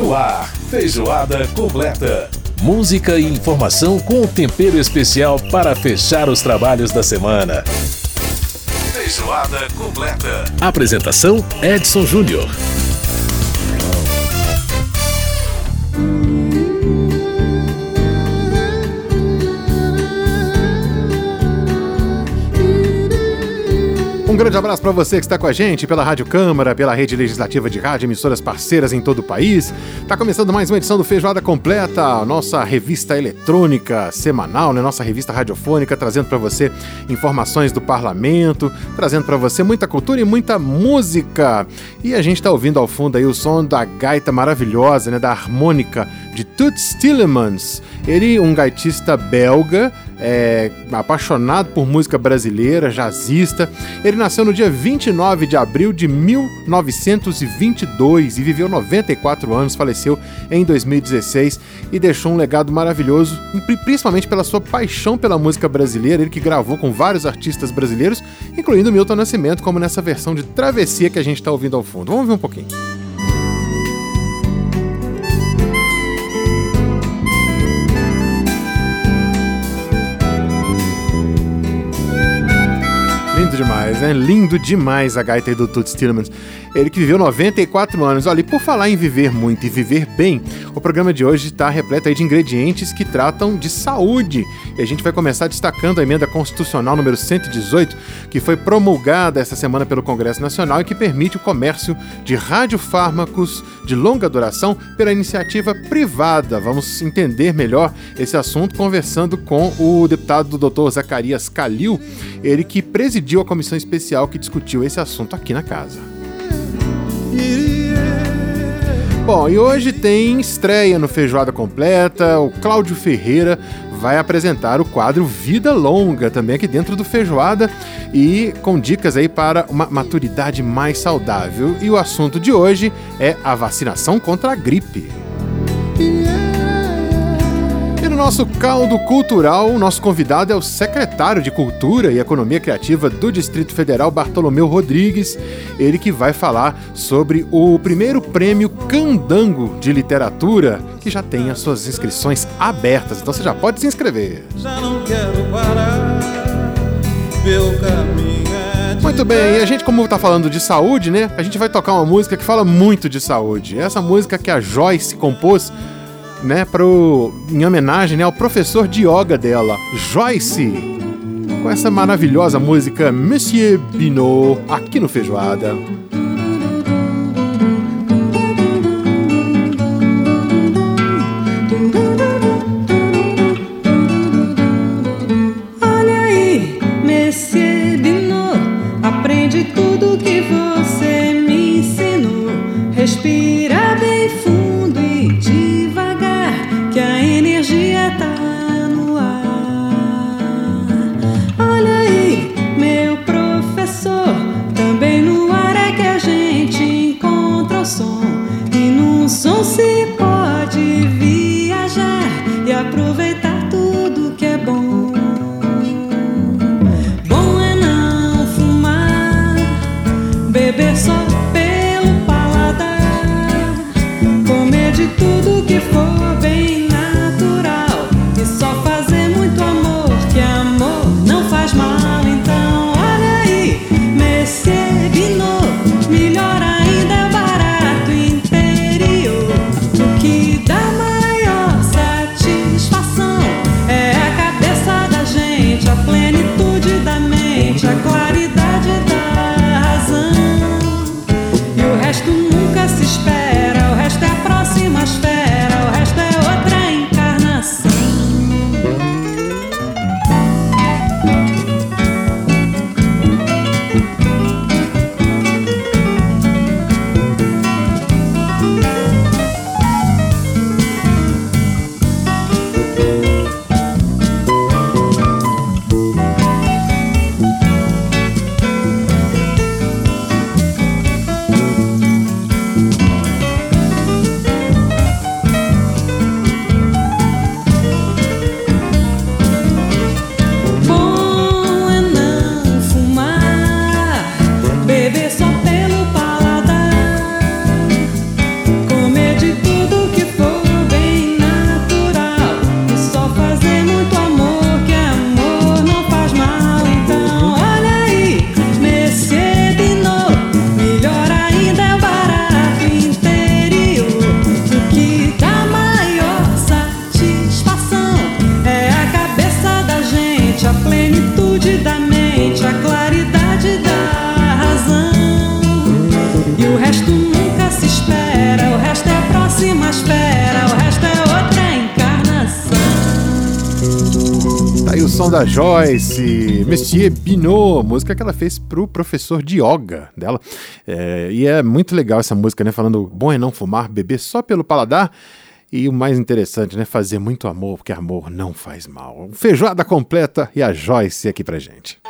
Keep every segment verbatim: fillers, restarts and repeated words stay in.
No ar, Feijoada Completa. Música e informação com um tempero especial para fechar os trabalhos da semana. Feijoada Completa. Apresentação: Edson Júnior. Um grande abraço para você que está com a gente pela Rádio Câmara, pela rede legislativa de rádio, emissoras parceiras em todo o país. Está começando mais uma edição do Feijoada Completa, nossa revista eletrônica semanal, né? Nossa revista radiofônica, trazendo para você informações do parlamento, trazendo para você muita cultura e muita música. E a gente está ouvindo ao fundo aí o som da gaita maravilhosa, né? Da harmônica de Toots Thielemans. Ele, um gaitista belga, é, apaixonado por música brasileira, jazzista. Ele nasceu no dia vinte e nove de abril de mil novecentos e vinte e dois e viveu noventa e quatro anos, faleceu em dois mil e dezesseis e deixou um legado maravilhoso, principalmente pela sua paixão pela música brasileira. Ele que gravou com vários artistas brasileiros, incluindo Milton Nascimento, como nessa versão de Travessia que a gente está ouvindo ao fundo. Vamos ver um pouquinho. Lindo demais, né? Lindo demais a gaita aí do Toots Thielemans. Ele que viveu noventa e quatro anos. Olha, e por falar em viver muito e viver bem, o programa de hoje está repleto aí de ingredientes que tratam de saúde. E a gente vai começar destacando a emenda constitucional número cento e dezoito, que foi promulgada essa semana pelo Congresso Nacional e que permite o comércio de radiofármacos de longa duração pela iniciativa privada. Vamos entender melhor esse assunto conversando com o deputado doutor Zacarias Calil, ele que presidiu a comissão especial que discutiu esse assunto aqui na casa. Bom, e hoje tem estreia no Feijoada Completa. O Cláudio Ferreira vai apresentar o quadro Vida Longa, também aqui dentro do Feijoada, e com dicas aí para uma maturidade mais saudável. E o assunto de hoje é a vacinação contra a gripe. E no nosso caldo cultural, o nosso convidado é o secretário de Cultura e Economia Criativa do Distrito Federal, Bartolomeu Rodrigues. Ele que vai falar sobre o primeiro prêmio Candango de Literatura, que já tem as suas inscrições abertas. Então você já pode se inscrever. Já não quero parar, meu caminho é de... Muito bem, e a gente, como está falando de saúde, né? A gente vai tocar uma música que fala muito de saúde. Essa música que a Joyce compôs, né, pro, em homenagem, né, ao professor de yoga dela, Joyce, com essa maravilhosa música Monsieur Binot, aqui no Feijoada. Olha aí, Monsieur Binot, aprende tudo que você me ensinou. Respira bem fundo e devagar, que a energia tá no ar. Olha aí, meu professor, também no ar é que a gente encontra o som. E num som se pode viajar e aproveitar tudo que é bom. Bom é não fumar, beber só pelo paladar, comer de tudo que for bem natural e só fazer muito amor, que amor não faz mal. Então olha aí, Monsieur Binot, melhor ainda é barato interior. O que dá maior satisfação é a cabeça da gente, a plenitude da mente, a claridade da razão. E o resto nunca se espera, o resto é a próxima esfera, o resto é som da Joyce, Monsieur Binot, música que ela fez pro professor de yoga dela. É, e é muito legal essa música, né? Falando, bom é não fumar, beber só pelo paladar. E o mais interessante, né? Fazer muito amor, porque amor não faz mal. Feijoada completa e a Joyce aqui pra gente.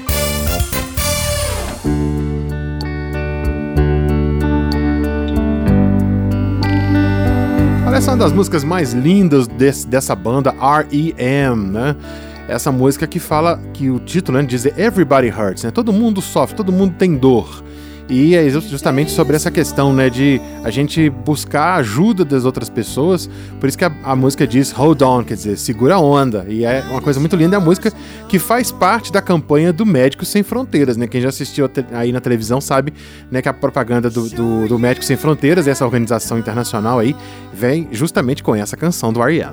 Essa é uma das músicas mais lindas desse, dessa banda, R E M, né? Essa música que fala, que o título, né, diz Everybody Hurts, né? Todo mundo sofre, todo mundo tem dor. E é justamente sobre essa questão, né, de a gente buscar a ajuda das outras pessoas. Por isso que a, a música diz Hold On, quer dizer, segura a onda. E é uma coisa muito linda, é a música que faz parte da campanha do Médicos Sem Fronteiras, né? Quem já assistiu aí na televisão sabe, né, que a propaganda do, do, do Médicos Sem Fronteiras, essa organização internacional aí, vem justamente com essa canção do R E M.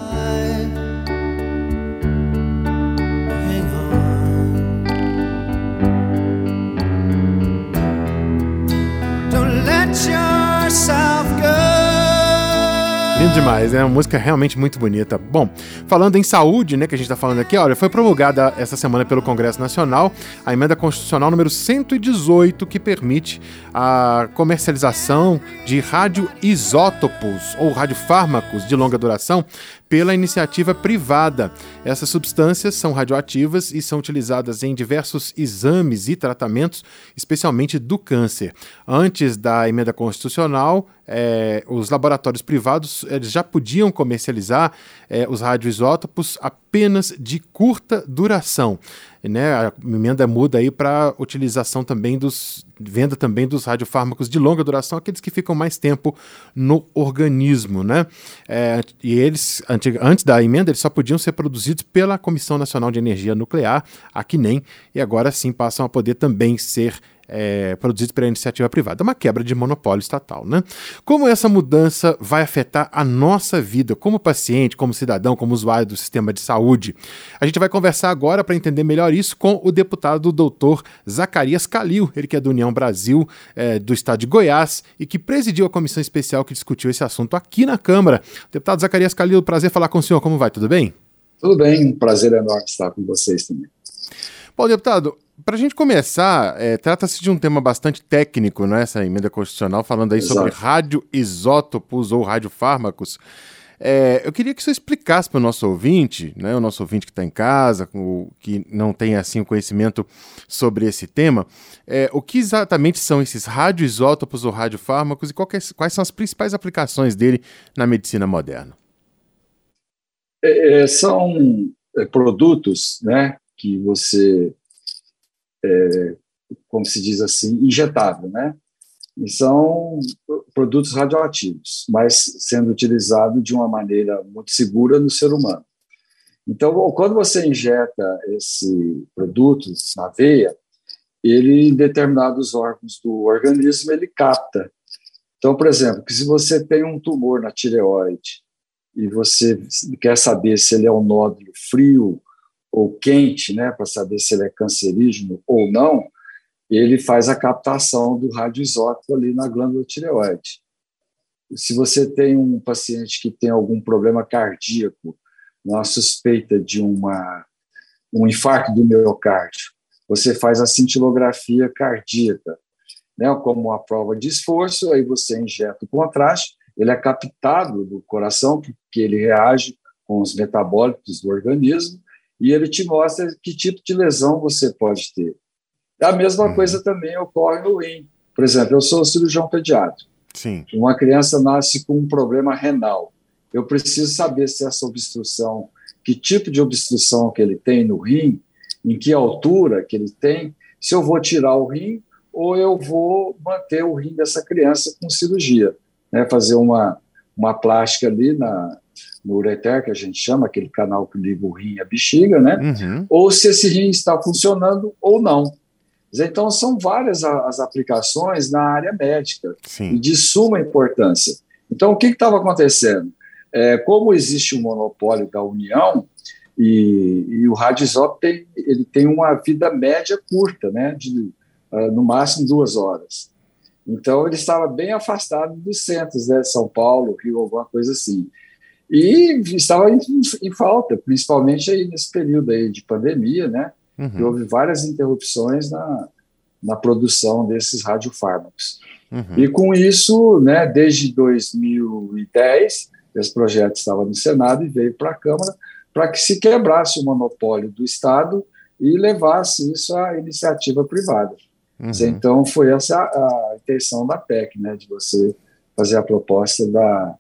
Lindo demais, é uma música realmente muito bonita. Bom, falando em saúde, né, que a gente está falando aqui, olha, foi promulgada essa semana pelo Congresso Nacional a emenda constitucional número cento e dezoito, que permite a comercialização de radioisótopos ou radiofármacos de longa duração pela iniciativa privada. Essas substâncias são radioativas e são utilizadas em diversos exames e tratamentos, especialmente do câncer. Antes da emenda constitucional, é, os laboratórios privados eles já podiam comercializar é, os radioisótopos apenas de curta duração. Né, a emenda muda aí para utilização também dos venda também dos radiofármacos de longa duração, aqueles que ficam mais tempo no organismo, né? É, e eles antes da emenda eles só podiam ser produzidos pela Comissão Nacional de Energia Nuclear, a CNEM, e agora sim passam a poder também ser É, produzidos pela iniciativa privada. É uma quebra de monopólio estatal, né? Como essa mudança vai afetar a nossa vida como paciente, como cidadão, como usuário do sistema de saúde? A gente vai conversar agora para entender melhor isso com o deputado doutor Zacarias Calil, ele que é do União Brasil, é, do estado de Goiás, e que presidiu a comissão especial que discutiu esse assunto aqui na Câmara. Deputado Zacarias Calil, prazer falar com o senhor. Como vai? Tudo bem? Tudo bem, um prazer enorme estar com vocês também. Bom, deputado, para a gente começar, é, trata-se de um tema bastante técnico, né, essa emenda constitucional, falando aí Exato. sobre radioisótopos ou radiofármacos. É, eu queria que você explicasse para o nosso ouvinte, né, o nosso ouvinte que está em casa, o, que não tem assim o conhecimento sobre esse tema, é, o que exatamente são esses radioisótopos ou radiofármacos e quais, quais são as principais aplicações dele na medicina moderna? É, são é, produtos, né, que você, é, como se diz assim, injetável, né? E são produtos radioativos, mas sendo utilizado de uma maneira muito segura no ser humano. Então, quando você injeta esse produto na veia, ele, em determinados órgãos do organismo, ele capta. Então, por exemplo, que se você tem um tumor na tireoide e você quer saber se ele é um nódulo frio ou quente, né, para saber se ele é cancerígeno ou não, ele faz a captação do radioisótopo ali na glândula tireoide. Se você tem um paciente que tem algum problema cardíaco, uma suspeita de uma, um infarto do miocárdio, você faz a cintilografia cardíaca, né, como uma prova de esforço, aí você injeta o contraste, ele é captado do coração, porque ele reage com os metabólitos do organismo, e ele te mostra que tipo de lesão você pode ter. A mesma uhum. coisa também ocorre no rim. Por exemplo, eu sou cirurgião pediátrico. Sim. Uma criança nasce com um problema renal. Eu preciso saber se essa obstrução, que tipo de obstrução que ele tem no rim, em que altura que ele tem, se eu vou tirar o rim ou eu vou manter o rim dessa criança com cirurgia, né? Fazer uma, uma plástica ali na, no ureter, que a gente chama, aquele canal que liga o rim à bexiga, né? Uhum. Ou se esse rim está funcionando ou não. Então, são várias as aplicações na área médica, Sim. e de suma importância. Então, o que estava acontecendo? É, como existe um monopólio da União, e, e o radioisótopo tem, ele tem uma vida média curta, né, de, uh, no máximo duas horas. Então, ele estava bem afastado dos centros, né, São Paulo, Rio, alguma coisa assim. E estava em, em falta, principalmente aí nesse período aí de pandemia, né? Uhum. E houve várias interrupções na, na produção desses radiofármacos. Uhum. E com isso, né, desde dois mil e dez, esse projeto estava no Senado e veio para a Câmara para que se quebrasse o monopólio do Estado e levasse isso à iniciativa privada. Uhum. Então, foi essa a, a intenção da P E C, né, de você fazer a proposta da,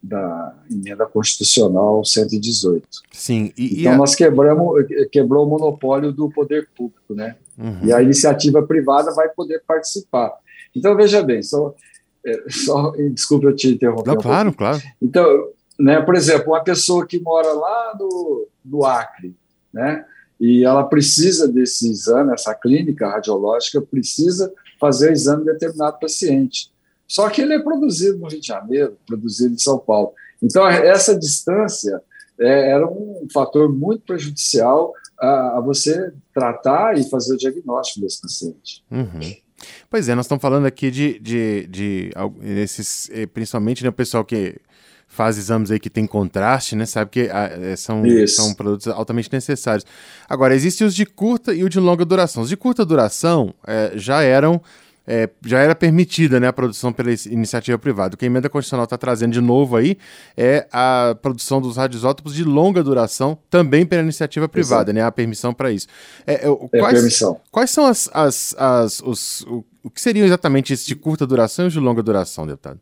da emenda constitucional cento e dezoito. Sim. E, então, e a... nós quebramos, quebrou o monopólio do poder público, né? Uhum. E a iniciativa privada vai poder participar. Então, veja bem, só, é, só desculpa eu te interromper. Não, um claro, pouquinho. claro. Então, né, por exemplo, uma pessoa que mora lá no, no Acre, né, e ela precisa desse exame, essa clínica radiológica precisa fazer o exame de determinado paciente. Só que ele é produzido no Rio de Janeiro, produzido em São Paulo. Então, essa distância é, era um fator muito prejudicial a, a você tratar e fazer o diagnóstico desse paciente. Uhum. Pois é, nós estamos falando aqui de, de, de, de esses, principalmente, né, o pessoal que faz exames aí que tem contraste, né, sabe que ah, são, são produtos altamente necessários. Agora, existem os de curta e os de longa duração. Os de curta duração é, já eram, é, já era permitida, né, a produção pela iniciativa privada. O que a emenda constitucional está trazendo de novo aí é a produção dos radioisótopos de longa duração também pela iniciativa privada, né, a permissão para isso. É, é, é quais, permissão. Quais são as, as, as, os, o, o que seriam exatamente esses de curta duração e os de longa duração, deputado?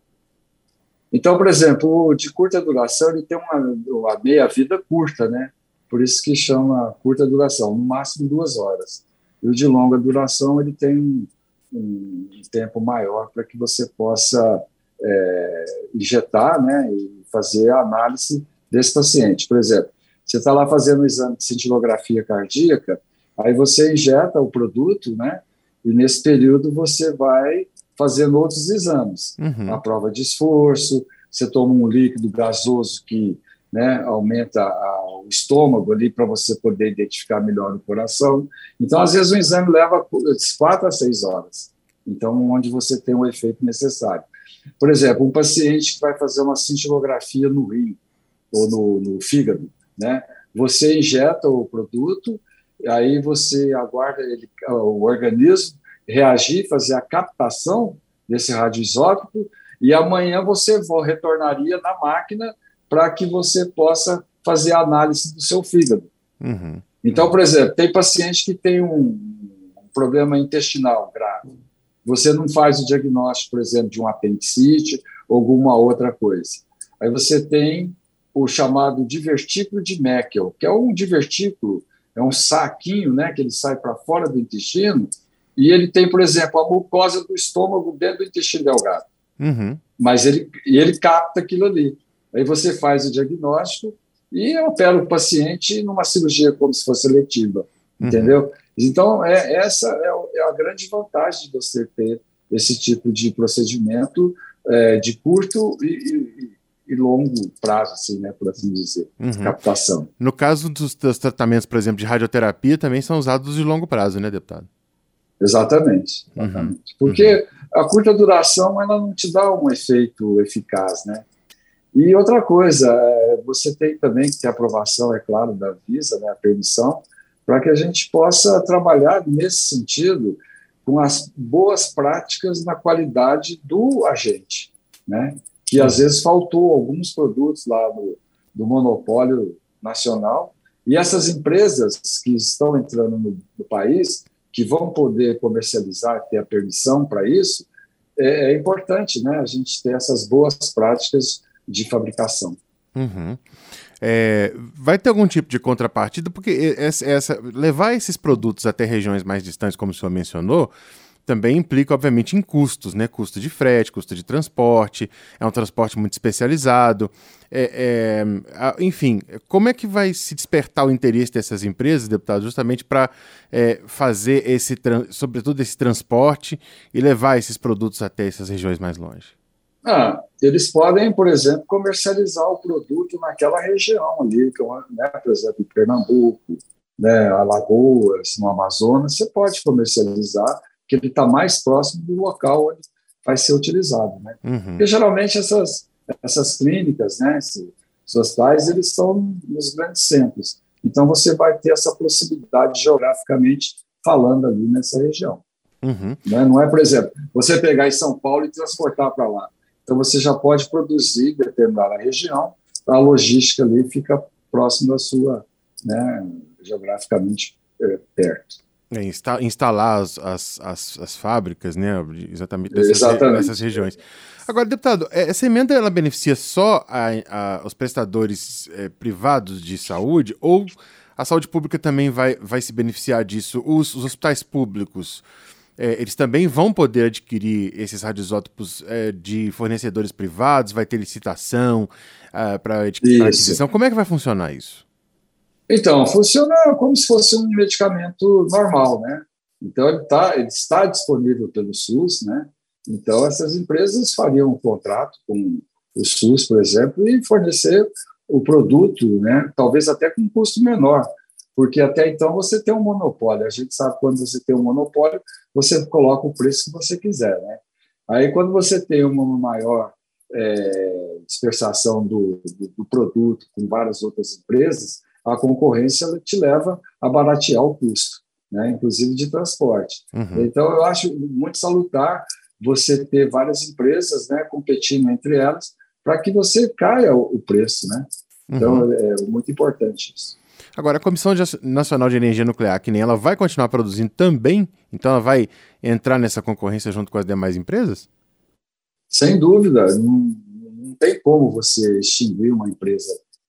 Então, por exemplo, o de curta duração ele tem uma, uma meia-vida curta, né? Por isso que chama curta duração, no máximo duas horas. E o de longa duração ele tem um, um tempo maior para que você possa é, injetar, né, e fazer a análise desse paciente. Por exemplo, você está lá fazendo um exame de cintilografia cardíaca, aí você injeta o produto, né? E nesse período você vai fazendo outros exames, uhum. a prova de esforço, você toma um líquido gasoso que, né, aumenta a, o estômago ali para você poder identificar melhor o coração. Então, às vezes, o exame leva quatro a seis horas, então, onde você tem o efeito necessário. Por exemplo, um paciente que vai fazer uma cintilografia no rim ou no, no fígado, né, você injeta o produto, aí você aguarda ele, o organismo reagir, fazer a captação desse radioisótopo, e amanhã você retornaria na máquina para que você possa fazer a análise do seu fígado. Uhum. Então, por exemplo, tem paciente que tem um, um problema intestinal grave. Você não faz o diagnóstico, por exemplo, de um apendicite ou alguma outra coisa. Aí você tem o chamado divertículo de Meckel, que é um divertículo, é um saquinho, né, que ele sai para fora do intestino, e ele tem, por exemplo, a mucosa do estômago dentro do intestino delgado. Uhum. Mas ele, ele capta aquilo ali. Aí você faz o diagnóstico e opera o paciente numa cirurgia como se fosse letiva, uhum. entendeu? Então, é, essa é, é a grande vantagem de você ter esse tipo de procedimento é, de curto e, e, e longo prazo, assim, né, por assim dizer, uhum. captação. No caso dos, dos tratamentos, por exemplo, de radioterapia, também são usados de longo prazo, né, deputado? Exatamente. exatamente. Uhum. Porque uhum. a curta duração ela não te dá um efeito eficaz, né? E outra coisa, você tem também que ter aprovação, é claro, da Anvisa, né, a permissão, para que a gente possa trabalhar nesse sentido com as boas práticas na qualidade do agente, né? Que às vezes faltou alguns produtos lá do, do monopólio nacional, e essas empresas que estão entrando no, no país, que vão poder comercializar, ter a permissão para isso, é, é importante, né, a gente ter essas boas práticas de fabricação. Uhum. É, vai ter algum tipo de contrapartida? Porque essa, essa, levar esses produtos até regiões mais distantes, como o senhor mencionou, também implica, obviamente, em custos, né? Custo de frete, custo de transporte, é um transporte muito especializado. É, é, enfim, como é que vai se despertar o interesse dessas empresas, deputado, justamente para é, fazer esse, sobretudo esse transporte e levar esses produtos até essas regiões mais longe? Ah, eles podem, por exemplo, comercializar o produto naquela região ali, né, por exemplo, em Pernambuco, né, Alagoas, no Amazonas, você pode comercializar, que ele está mais próximo do local onde vai ser utilizado, né? Uhum. Porque geralmente essas, essas clínicas, né, Os hospitais, eles estão nos grandes centros. Então, você vai ter essa possibilidade geograficamente falando ali nessa região. Uhum. Né? Não é, por exemplo, você pegar em São Paulo e transportar para lá. Então, você já pode produzir em determinada região, a logística ali fica próximo da sua, né, geograficamente é, perto. É, insta- instalar as, as, as, as fábricas, né, exatamente nessas, Exatamente. nessas regiões. Agora, deputado, essa emenda ela beneficia só a, a, os prestadores é, privados de saúde ou a saúde pública também vai, vai se beneficiar disso? Os, os hospitais públicos, é, eles também vão poder adquirir esses radioisótopos é, de fornecedores privados? Vai ter licitação é, para aquisição? Como é que vai funcionar isso? Então, funciona como se fosse um medicamento normal, né? Então, ele, tá, ele está disponível pelo SUS, né? Então, essas empresas fariam um contrato com o SUS, por exemplo, e fornecer o produto, né? Talvez até com um custo menor, porque até então você tem um monopólio. A gente sabe que quando você tem um monopólio, você coloca o preço que você quiser, né? Aí, quando você tem uma maior é, dispersação do, do, do produto com várias outras empresas, a concorrência te leva a baratear o custo, né? Inclusive de transporte. Uhum. Então, eu acho muito salutar você ter várias empresas, né, competindo entre elas para que você caia o preço, né? Então, uhum. é, é muito importante isso. Agora, a Comissão Nacional de Energia Nuclear, que nem ela vai continuar produzindo também? Então, ela vai entrar nessa concorrência junto com as demais empresas? Sem dúvida. Não, não tem como você extinguir uma empresa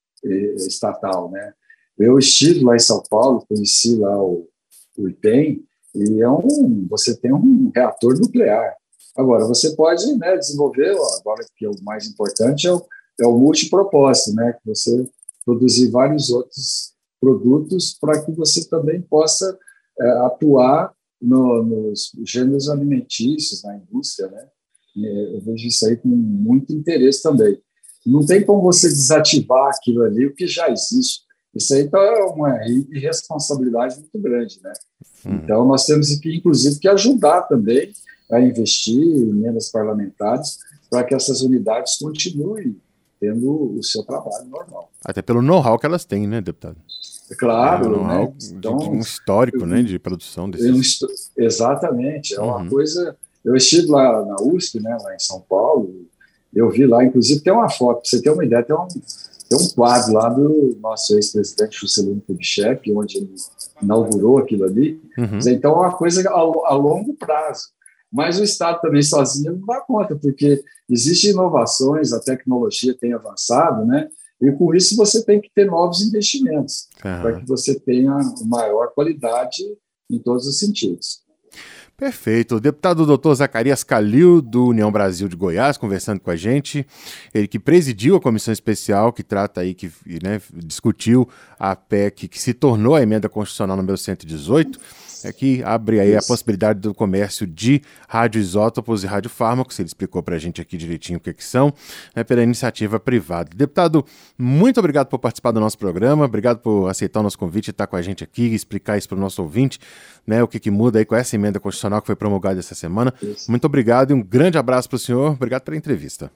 estatal, né? Eu estive lá em São Paulo, conheci lá o, o IPEM, e é um, você tem um reator nuclear. Agora, você pode, né, desenvolver, agora que é o mais importante, é o, é o multipropósito, né, que você produzir vários outros produtos para que você também possa é, atuar no, nos gêneros alimentícios, na indústria, né? Eu vejo isso aí com muito interesse também. Não tem como você desativar aquilo ali, o que já existe. Isso aí tá uma irresponsabilidade muito grande, né? Hum. Então, nós temos que, inclusive, que ajudar também a investir em emendas parlamentares para que essas unidades continuem tendo o seu trabalho normal. Até pelo know-how que elas têm, né, deputado? Claro, é um né? Então, de um histórico, eu, né, de produção desses... Um, exatamente. É uma uhum. coisa... Eu estive lá na U S P, né, lá em São Paulo, eu vi lá, inclusive, tem uma foto, para você ter uma ideia, tem um, tem um quadro lá do nosso ex-presidente Juscelino Kubitschek, onde ele inaugurou aquilo ali. Uhum. Então, é uma coisa a, a longo prazo. Mas o Estado também sozinho não dá conta, porque existem inovações, a tecnologia tem avançado, né? E com isso você tem que ter novos investimentos, uhum. para que você tenha maior qualidade em todos os sentidos. Perfeito. O deputado doutor Zacarias Calil, do União Brasil de Goiás, conversando com a gente. Ele que presidiu a comissão especial que trata aí, que né, discutiu a P E C que se tornou a emenda constitucional número cento e dezoito, é que abre aí a possibilidade do comércio de radioisótopos e radiofármacos. Ele explicou para a gente aqui direitinho o que, que são, né, pela iniciativa privada. Deputado, muito obrigado por participar do nosso programa, obrigado por aceitar o nosso convite e estar com a gente aqui e explicar isso para o nosso ouvinte, né, o que, que muda aí com essa emenda constitucional que foi promulgada essa semana. Isso. Muito obrigado e um grande abraço para o senhor. Obrigado pela entrevista.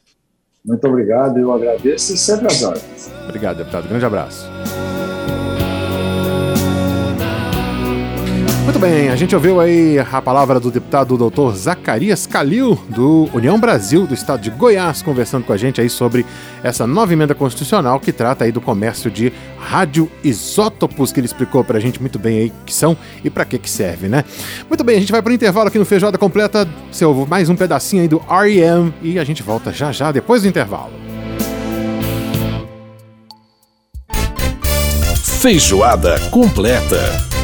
Muito obrigado, eu agradeço e sempre às ordens. Obrigado, deputado. Grande abraço. Muito bem, a gente ouviu aí a palavra do deputado doutor Zacarias Calil, do União Brasil, do estado de Goiás, conversando com a gente aí sobre essa nova emenda constitucional que trata aí do comércio de radioisótopos, que ele explicou pra gente muito bem aí que são e pra que que serve, né? Muito bem, a gente vai pro intervalo aqui no Feijoada Completa, você ouve mais um pedacinho aí do R E M e a gente volta já já depois do intervalo. Feijoada Completa.